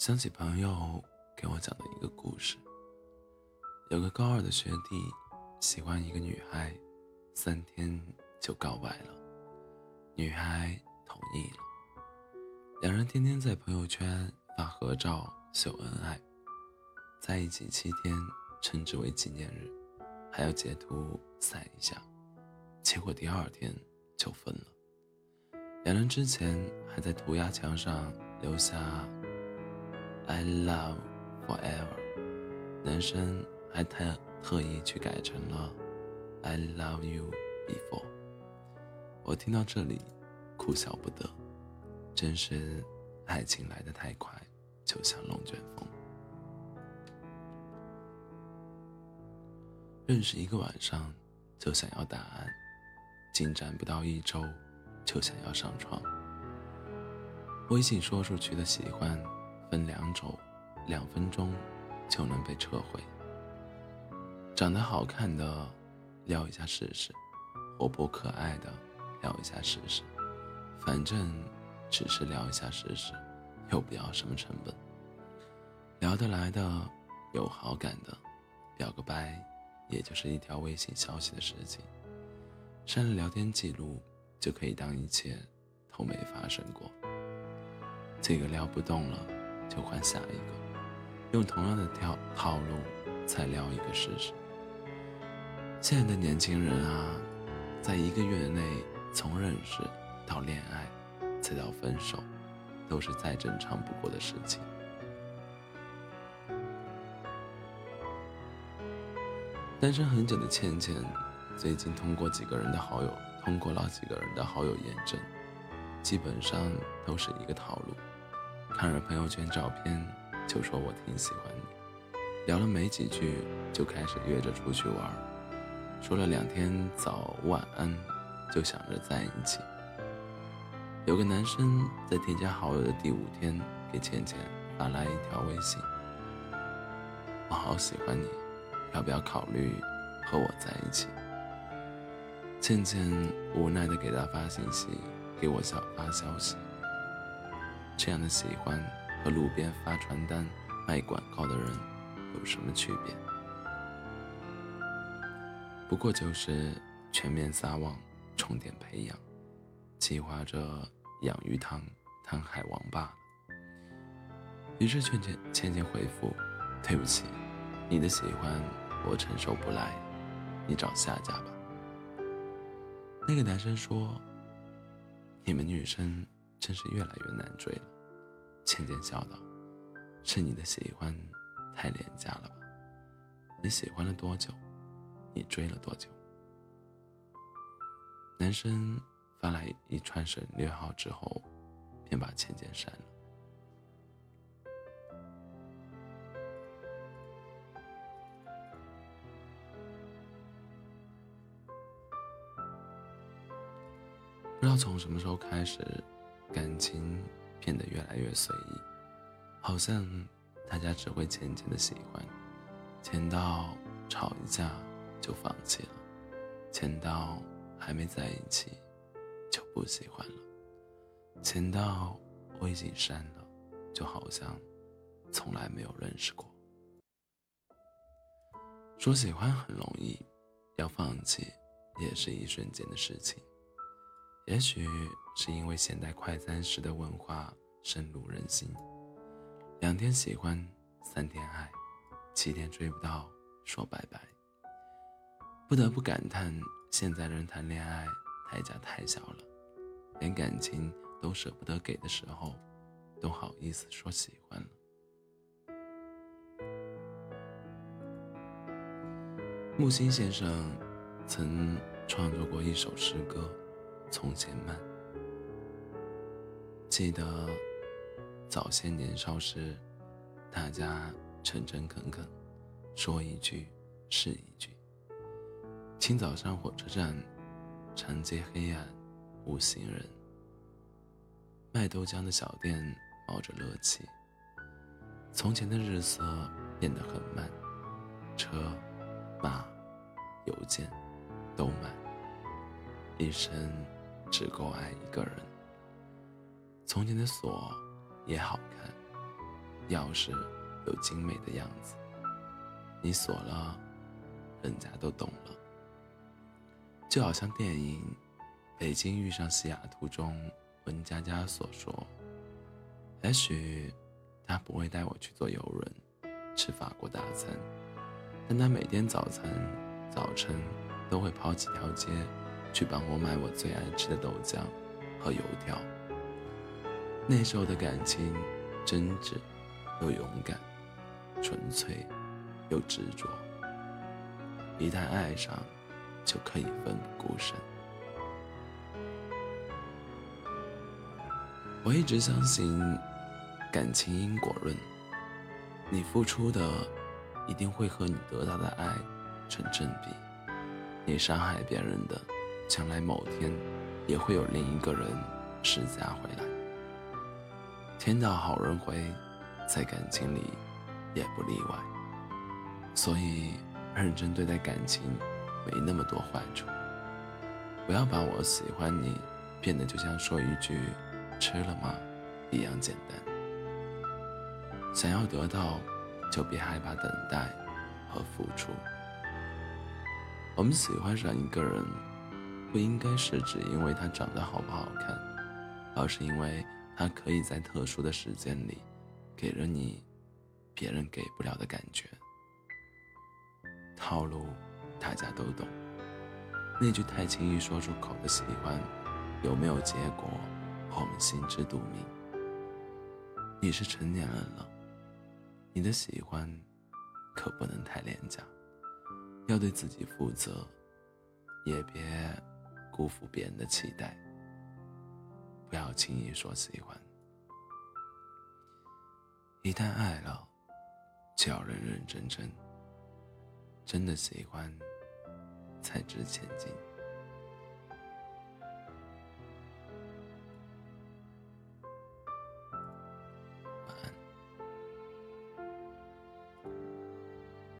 想起朋友给我讲的一个故事，有个高二的学弟喜欢一个女孩，3天就告白了，女孩同意了，两人天天在朋友圈发合照秀恩爱，在一起7天，称之为纪念日，还要截图晒一下，结果第2天就分了。两人之前还在涂鸦墙上留下 I love forever， 男生还特意去改成了 I love you before。 我听到这里哭笑不得，真是爱情来得太快，就像龙卷风。认识1个晚上就想要答案，进展不到1周就想要上床。微信说出去的喜欢分2周，2分钟就能被撤回。长得好看的撩一下试试，活泼可爱的撩一下试试，反正只是撩一下试试，又不要什么成本。聊得来的，有好感的，表个白也就是1条微信消息的事情，删了聊天记录就可以当一切都没发生过。这个撩不动了就换下一个，用同样的套路再撩一个试试。现在的年轻人啊，在1个月内从认识到恋爱再到分手，都是再正常不过的事情。单身很久的倩倩最近通过了几个人的好友验证，基本上都是一个套路。看着朋友圈照片就说我挺喜欢你，聊了没几句就开始约着出去玩，说了2天早晚安就想着在一起。有个男生在添加好友的第5天给倩倩发来1条微信，我好喜欢你，要不要考虑和我在一起？倩倩无奈地给他发信息，给我发消息。这样的喜欢和路边发传单卖广告的人有什么区别？不过就是全面撒网，重点培养，计划着养鱼塘谈海王罢了。于是倩倩回复，对不起，你的喜欢我承受不来，你找下家吧。那个男生说，你们女生真是越来越难追了。倩倩笑道，是你的喜欢太廉价了吧？你喜欢了多久？你追了多久？男生发来一串省略号之后，便把倩倩删了。不知道从什么时候开始，感情变得越来越随意，好像大家只会浅浅的喜欢，浅到吵一架就放弃了，浅到还没在一起就不喜欢了，浅到微信删了，就好像从来没有认识过。说喜欢很容易，要放弃也是一瞬间的事情。也许是因为现代快餐式的文化深入人心，2天喜欢，3天爱，7天追不到说拜拜。不得不感叹现在人谈恋爱代价太小了，连感情都舍不得给的时候，都好意思说喜欢了。木心先生曾创作过一首诗歌，从前慢。记得早些年少时，大家诚诚恳恳，说一句是一句。清早上火车站，长街黑暗无行人，卖豆浆的小店冒着热气。从前的日色变得很慢，车马邮件都慢，一生只够爱一个人。从前的锁也好看， 钥匙有精美的样子，你锁了，人家都懂了。就好像电影《北京遇上西雅图》中文佳佳所说，也许他不会带我去坐邮轮吃法国大餐，但他每天早晨都会跑几条街去帮我买我最爱吃的豆浆和油条。那时候的感情真挚又勇敢，纯粹又执着，一旦爱上就可以奋不顾身。我一直相信感情因果论，你付出的一定会和你得到的爱成正比，你伤害别人的，将来某天也会有另一个人施加回来。天道好人回，在感情里也不例外，所以认真对待感情没那么多坏处。不要把我喜欢你变得就像说一句吃了吗一样简单。想要得到，就别害怕等待和付出。我们喜欢上一个人，不应该是只因为他长得好不好看，而是因为他可以在特殊的时间里给了你别人给不了的感觉。套路大家都懂，那句太轻易说出口的喜欢，有没有结果我们心知肚明。你是成年人了，你的喜欢可不能太廉价，要对自己负责，也别辜负别人的期待。不要轻易说喜欢，一旦爱了，就要认认真真，真的喜欢才值前进。